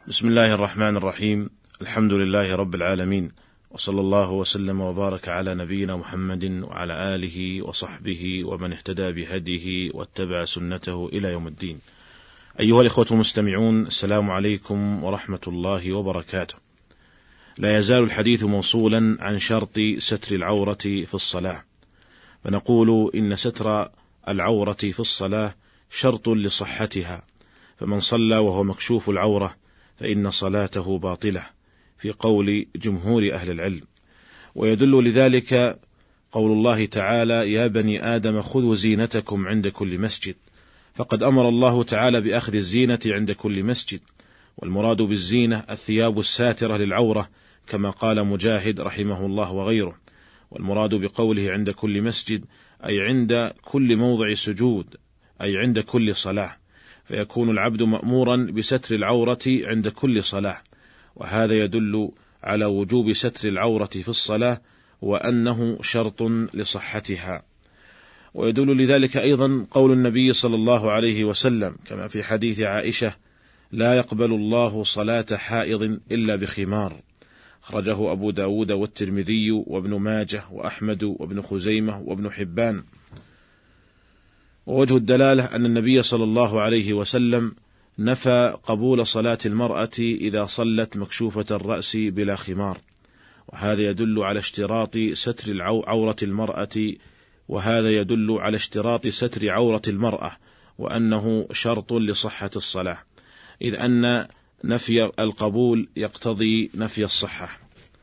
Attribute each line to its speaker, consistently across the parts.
Speaker 1: بسم الله الرحمن الرحيم. الحمد لله رب العالمين، وصلى الله وسلم وبارك على نبينا محمد وعلى آله وصحبه ومن اهتدى بهديه واتبع سنته إلى يوم الدين. أيها الإخوة المستمعون، السلام عليكم ورحمة الله وبركاته. لا يزال الحديث موصولا عن شرط ستر العورة في الصلاة، فنقول إن ستر العورة في الصلاة شرط لصحتها، فمن صلى وهو مكشوف العورة فإن صلاته باطلة في قول جمهور أهل العلم. ويدل لذلك قول الله تعالى: يا بني آدم خذوا زينتكم عند كل مسجد، فقد أمر الله تعالى بأخذ الزينة عند كل مسجد، والمراد بالزينة الثياب الساترة للعورة كما قال مجاهد رحمه الله وغيره. والمراد بقوله عند كل مسجد أي عند كل موضع سجود، أي عند كل صلاة، فيكون العبد مأمورا بستر العورة عند كل صلاة، وهذا يدل على وجوب ستر العورة في الصلاة وأنه شرط لصحتها. ويدل لذلك أيضا قول النبي صلى الله عليه وسلم كما في حديث عائشة: لا يقبل الله صلاة حائض إلا بخمار، أخرجه أبو داود والترمذي وابن ماجه وأحمد وابن خزيمة وابن حبان. ووجه الدلالة أن النبي صلى الله عليه وسلم نفى قبول صلاة المرأة إذا صلت مكشوفة الرأس بلا خمار، وهذا يدل على اشتراط ستر عورة المرأة، وهذا يدل على اشتراط ستر عورة المرأة وأنه شرط لصحة الصلاة، إذ أن نفي القبول يقتضي نفي الصحة.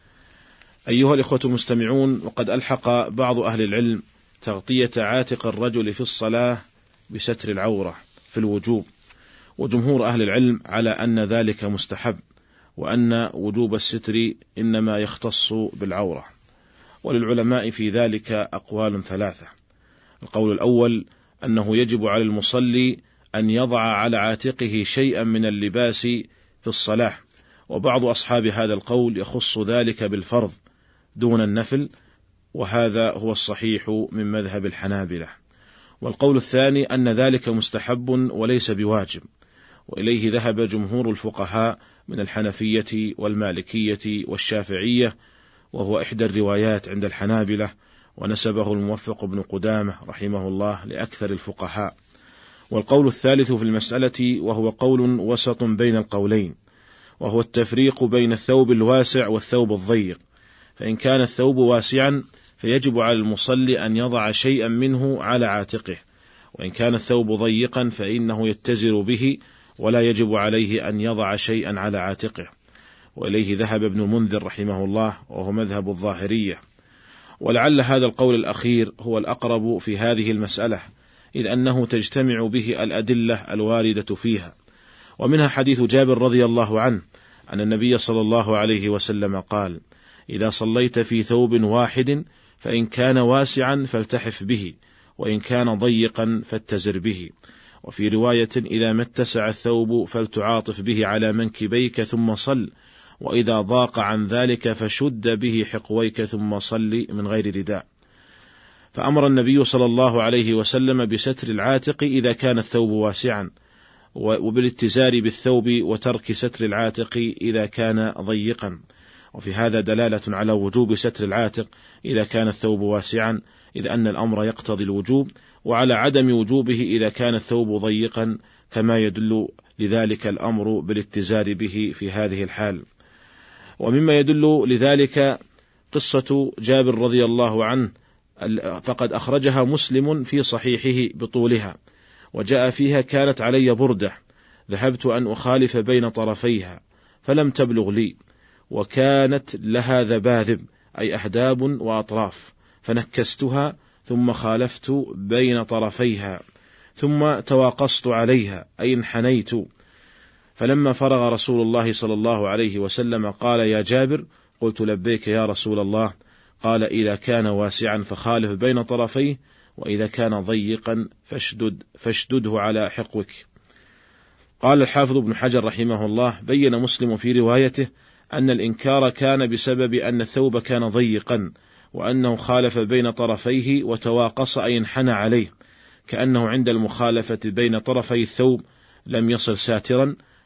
Speaker 1: أيها الإخوة المستمعون، وقد ألحق بعض أهل العلم تغطية عاتق الرجل في الصلاة بستر العورة في الوجوب، وجمهور أهل العلم على أن ذلك مستحب، وأن وجوب الستر إنما يختص بالعورة. وللعلماء في ذلك أقوال ثلاثة. القول الأول أنه يجب على المصلي أن يضع على عاتقه شيئا من اللباس في الصلاة، وبعض أصحاب هذا القول يخص ذلك بالفرض دون النفل، وهذا هو الصحيح من مذهب الحنابلة. والقول الثاني أن ذلك مستحب وليس بواجب، وإليه ذهب جمهور الفقهاء من الحنفية والمالكية والشافعية، وهو إحدى الروايات عند الحنابلة، ونسبه الموفق بن قدامة رحمه الله لأكثر الفقهاء. والقول الثالث في المسألة وهو قول وسط بين القولين، وهو التفريق بين الثوب الواسع والثوب الضيق، فإن كان الثوب واسعا فيجب على المصلي أن يضع شيئا منه على عاتقه، وإن كان الثوب ضيقا فإنه يتزر به ولا يجب عليه أن يضع شيئا على عاتقه. وإليه ذهب ابن المنذر رحمه الله، وهو مذهب الظاهرية. ولعل هذا القول الأخير هو الأقرب في هذه المسألة، إذ أنه تجتمع به الأدلة الواردة فيها. ومنها حديث جابر رضي الله عنه أن النبي صلى الله عليه وسلم قال: إذا صليت في ثوب واحد فإن كان واسعا فالتحف به، وإن كان ضيقا فاتزر به. وفي رواية: إذا ما اتسع الثوب فلتعاطف به على منكبيك ثم صل، وإذا ضاق عن ذلك فشد به حقويك ثم صل من غير رداء. فأمر النبي صلى الله عليه وسلم بستر العاتق إذا كان الثوب واسعا، وبالاتزار بالثوب وترك ستر العاتق إذا كان ضيقا. وفي هذا دلالة على وجوب ستر العاتق إذا كان الثوب واسعا، إذ أن الأمر يقتضي الوجوب، وعلى عدم وجوبه إذا كان الثوب ضيقا، كما يدل لذلك الأمر بالاتزار به في هذه الحال. ومما يدل لذلك قصة جابر رضي الله عنه، فقد أخرجها مسلم في صحيحه بطولها، وجاء فيها: كانت علي بردة ذهبت أن أخالف بين طرفيها فلم تبلغ لي، وكانت لها ذباذب أي أهداب وأطراف، فنكستها ثم خالفت بين طرفيها، ثم تواقصت عليها أي انحنيت. فلما فرغ رسول الله صلى الله عليه وسلم قال: يا جابر. قلت: لبيك يا رسول الله. قال: إذا كان واسعا فخالف بين طرفيه، وإذا كان ضيقا فاشدده على حقوك. قال الحافظ ابن حجر رحمه الله: بين مسلم في روايته أن الإنكار كان بسبب أن الثوب كان ضيقا، وأنه خالف بين طرفيه وتواقص أي انحنى عليه، كأنه عند المخالفة بين طرفي الثوب لم يصل ساترا،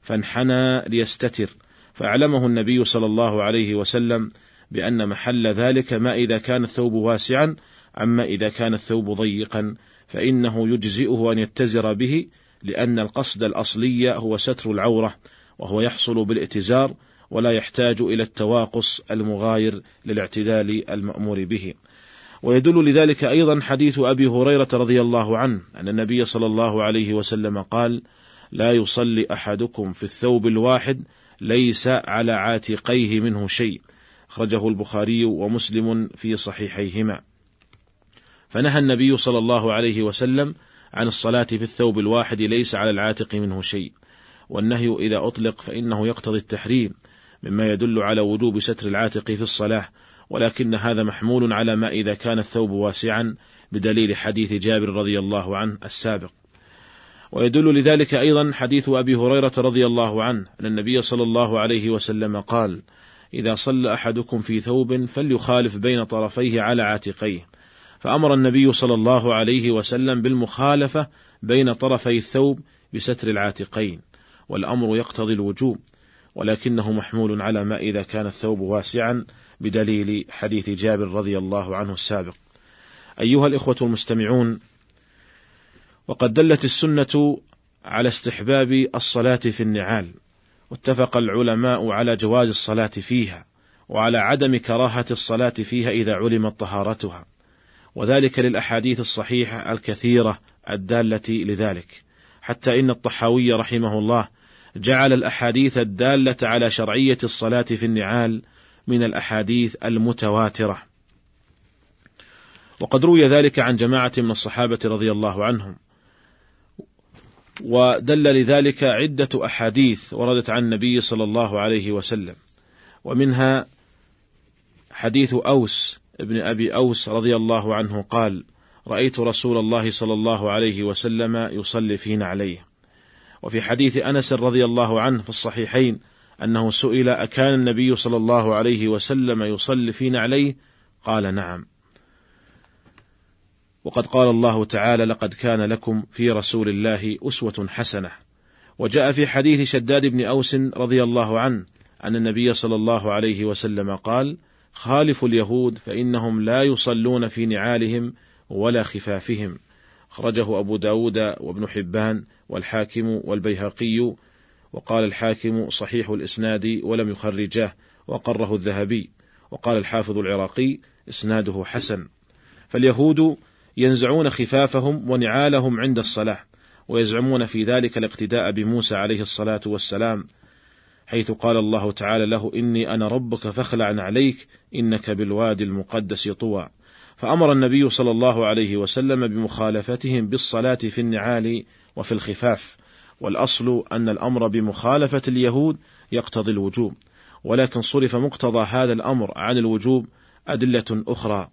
Speaker 1: فانحنى ليستتر، فأعلمه النبي صلى الله عليه وسلم بأن محل ذلك ما إذا كان الثوب واسعا، أما إذا كان الثوب ضيقا فإنه يجزئه أن يتزر به، لأن القصد الأصلي هو ستر العورة، وهو يحصل بالاتزار ولا يحتاج إلى التواقص المغاير للاعتدال المأمور به. ويدل لذلك أيضا حديث أبي هريرة رضي الله عنه أن النبي صلى الله عليه وسلم قال: لا يصلي أحدكم في الثوب الواحد ليس على عاتقيه منه شيء، أخرجه البخاري ومسلم في صحيحيهما. فنهى النبي صلى الله عليه وسلم عن الصلاة في الثوب الواحد ليس على العاتق منه شيء، والنهي إذا أطلق فإنه يقتضي التحريم، مما يدل على وجوب ستر العاتق في الصلاة، ولكن هذا محمول على ما إذا كان الثوب واسعا بدليل حديث جابر رضي الله عنه السابق. ويدل لذلك أيضا حديث أبي هريرة رضي الله عنه أن النبي صلى الله عليه وسلم قال: إذا صلى أحدكم في ثوب فليخالف بين طرفيه على عاتقيه، فأمر النبي صلى الله عليه وسلم بالمخالفة بين طرفي الثوب بستر العاتقين، والأمر يقتضي الوجوب، ولكنه محمول على ما إذا كان الثوب واسعا بدليل حديث جابر رضي الله عنه السابق. أيها الإخوة المستمعون، وقد دلت السنة على استحباب الصلاة في النعال، واتفق العلماء على جواز الصلاة فيها، وعلى عدم كراهة الصلاة فيها إذا علمت طهارتها، وذلك للأحاديث الصحيحة الكثيرة الدالة لذلك، حتى إن الطحاوي رحمه الله جعل الأحاديث الدالة على شرعية الصلاة في النعال من الأحاديث المتواترة. وقد روي ذلك عن جماعة من الصحابة رضي الله عنهم، ودل لذلك عدة أحاديث وردت عن النبي صلى الله عليه وسلم، ومنها حديث أوس ابن أبي أوس رضي الله عنه قال: رأيت رسول الله صلى الله عليه وسلم يصلي في نعليه. وفي حديث أنس رضي الله عنه في الصحيحين أنه سئل: أكان النبي صلى الله عليه وسلم يصلي في نعليه؟ قال: نعم. وقد قال الله تعالى: لقد كان لكم في رسول الله أسوة حسنة. وجاء في حديث شداد بن أوس رضي الله عنه أن النبي صلى الله عليه وسلم قال: خالفوا اليهود فإنهم لا يصلون في نعالهم ولا خفافهم، أخرجه أبو داود وابن حبان والحاكم والبيهقي، وقال الحاكم صحيح الإسناد ولم يخرجاه، وقره الذهبي، وقال الحافظ العراقي إسناده حسن. فاليهود ينزعون خفافهم ونعالهم عند الصلاة، ويزعمون في ذلك الاقتداء بموسى عليه الصلاة والسلام، حيث قال الله تعالى له: إني أنا ربك فاخلع عليك إنك بالوادي المقدس طوى. فأمر النبي صلى الله عليه وسلم بمخالفتهم بالصلاة في النعال وفي الخفاف، والأصل أن الأمر بمخالفة اليهود يقتضي الوجوب، ولكن صرف مقتضى هذا الأمر عن الوجوب أدلة أخرى.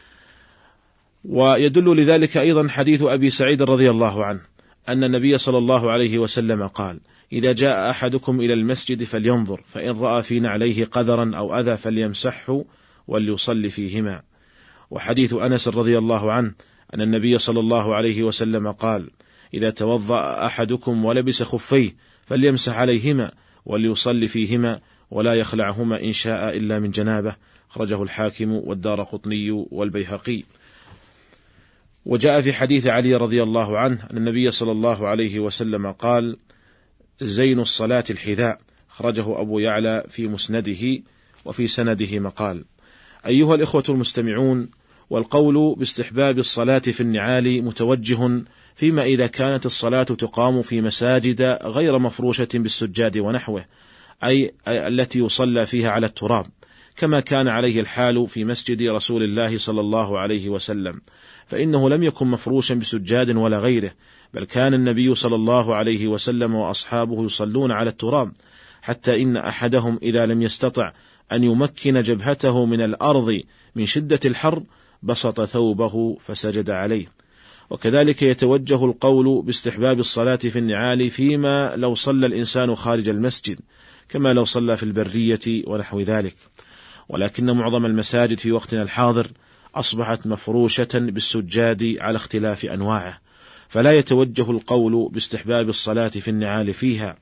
Speaker 1: ويدل لذلك أيضا حديث أبي سعيد رضي الله عنه أن النبي صلى الله عليه وسلم قال: إذا جاء أحدكم إلى المسجد فلينظر، فإن رأى في نعليه قذرا أو أذى فليمسحه وليصلي فيهما. وحديث أنس رضي الله عنه أن النبي صلى الله عليه وسلم قال: إذا توضأ أحدكم ولبس خفيه فليمسح عليهما وليصلي فيهما ولا يخلعهما إن شاء إلا من جنابه، أخرجه الحاكم والدارقطني والبيهقي. وجاء في حديث علي رضي الله عنه أن النبي صلى الله عليه وسلم قال: زين الصلاة الحذاء، أخرجه أبو يعلى في مسنده، وفي سنده مقال. أيها الإخوة المستمعون، والقول باستحباب الصلاة في النعال متوجه فيما إذا كانت الصلاة تقام في مساجد غير مفروشة بالسجاد ونحوه، أي التي يصلى فيها على التراب، كما كان عليه الحال في مسجد رسول الله صلى الله عليه وسلم، فإنه لم يكن مفروشا بسجاد ولا غيره، بل كان النبي صلى الله عليه وسلم وأصحابه يصلون على التراب، حتى إن أحدهم إذا لم يستطع أن يمكن جبهته من الأرض من شدة الحر بسط ثوبه فسجد عليه. وكذلك يتوجه القول باستحباب الصلاة في النعال فيما لو صلى الإنسان خارج المسجد، كما لو صلى في البرية ونحو ذلك. ولكن معظم المساجد في وقتنا الحاضر أصبحت مفروشة بالسجاد على اختلاف أنواعه، فلا يتوجه القول باستحباب الصلاة في النعال فيها،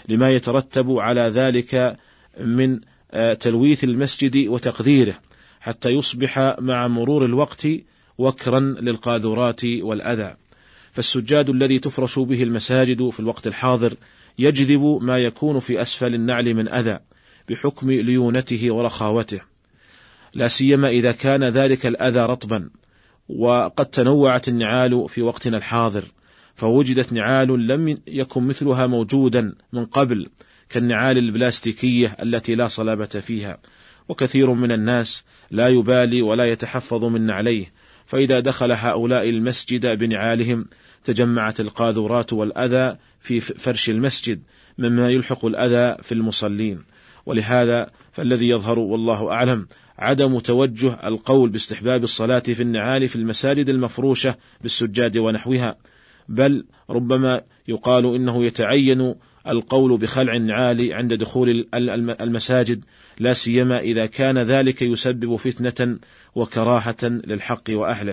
Speaker 1: لما يترتب على ذلك من تلويث المسجد وتقذيره، حتى يصبح مع مرور الوقت وكرا للقاذورات والأذى. فالسجاد الذي تفرش به المساجد في الوقت الحاضر يجذب ما يكون في أسفل النعل من أذى بحكم ليونته ورخاوته، لا سيما إذا كان ذلك الأذى رطبا. وقد تنوعت النعال في وقتنا الحاضر، فوجدت نعال لم يكن مثلها موجودا من قبل، كالنعال البلاستيكية التي لا صلابة فيها. وكثير من الناس لا يبالي ولا يتحفظ من نعليه، فإذا دخل هؤلاء المسجد بنعالهم تجمعت القاذورات والأذى في فرش المسجد، مما يلحق الأذى في المصلين. ولهذا فالذي يظهر والله أعلم عدم توجه القول باستحباب الصلاة في النعال في المساجد المفروشة بالسجاد ونحوها، بل ربما يقال إنه يتعين القول بخلع النعال عند دخول المساجد، لا سيما إذا كان ذلك يسبب فتنة وكراهة للحق وأهله.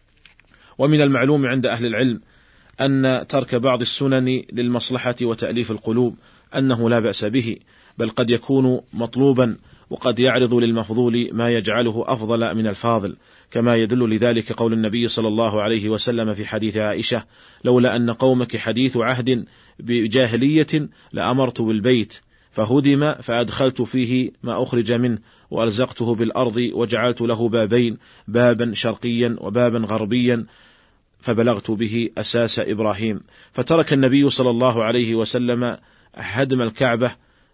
Speaker 1: ومن المعلوم عند أهل العلم أن ترك بعض السنن للمصلحة وتأليف القلوب أنه لا بأس به، بل قد يكون مطلوبا، وقد يعرض للمفضول ما يجعله أفضل من الفاضل، كما يدل لذلك قول النبي صلى الله عليه وسلم في حديث عائشة: لولا أن قومك حديث عهد بجاهلية لأمرت بالبيت فهدم فأدخلت فيه ما أخرج منه وألزقته بالأرض وجعلت له بابين، بابا شرقيا وبابا غربيا، فبلغت به أساس إبراهيم. فترك النبي صلى الله عليه وسلم هدم الكعبة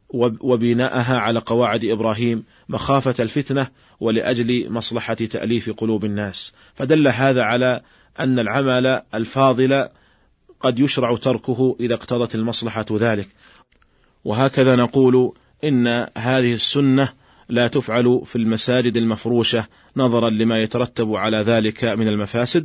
Speaker 1: وبناءها على قواعد إبراهيم مخافة الفتنة ولأجل مصلحة تأليف قلوب الناس. فدل هذا على أن العمل الفاضل قد يشرع تركه إذا اقتضت المصلحة ذلك. وهكذا نقول إن هذه السنة لا تفعل في المساجد المفروشة نظرا لما يترتب على ذلك من المفاسد،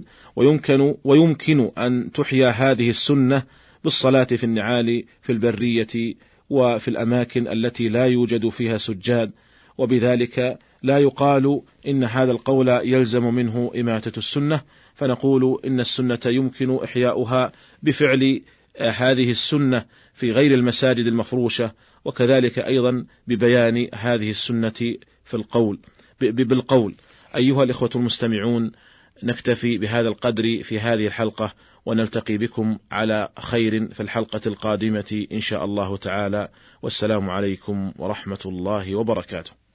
Speaker 1: ويمكن أن تحيا هذه السنة بالصلاة في النعال في البرية وفي الأماكن التي لا يوجد فيها سجاد، وبذلك لا يقال إن هذا القول يلزم منه إماتة السنة، فنقول إن السنة يمكن إحياؤها بفعل هذه السنة في غير المساجد المفروشة، وكذلك أيضا ببيان هذه السنة في القول بالقول. أيها الإخوة المستمعون، نكتفي بهذا القدر في هذه الحلقة، ونلتقي بكم على خير في الحلقة القادمة إن شاء الله تعالى، والسلام عليكم ورحمة الله وبركاته.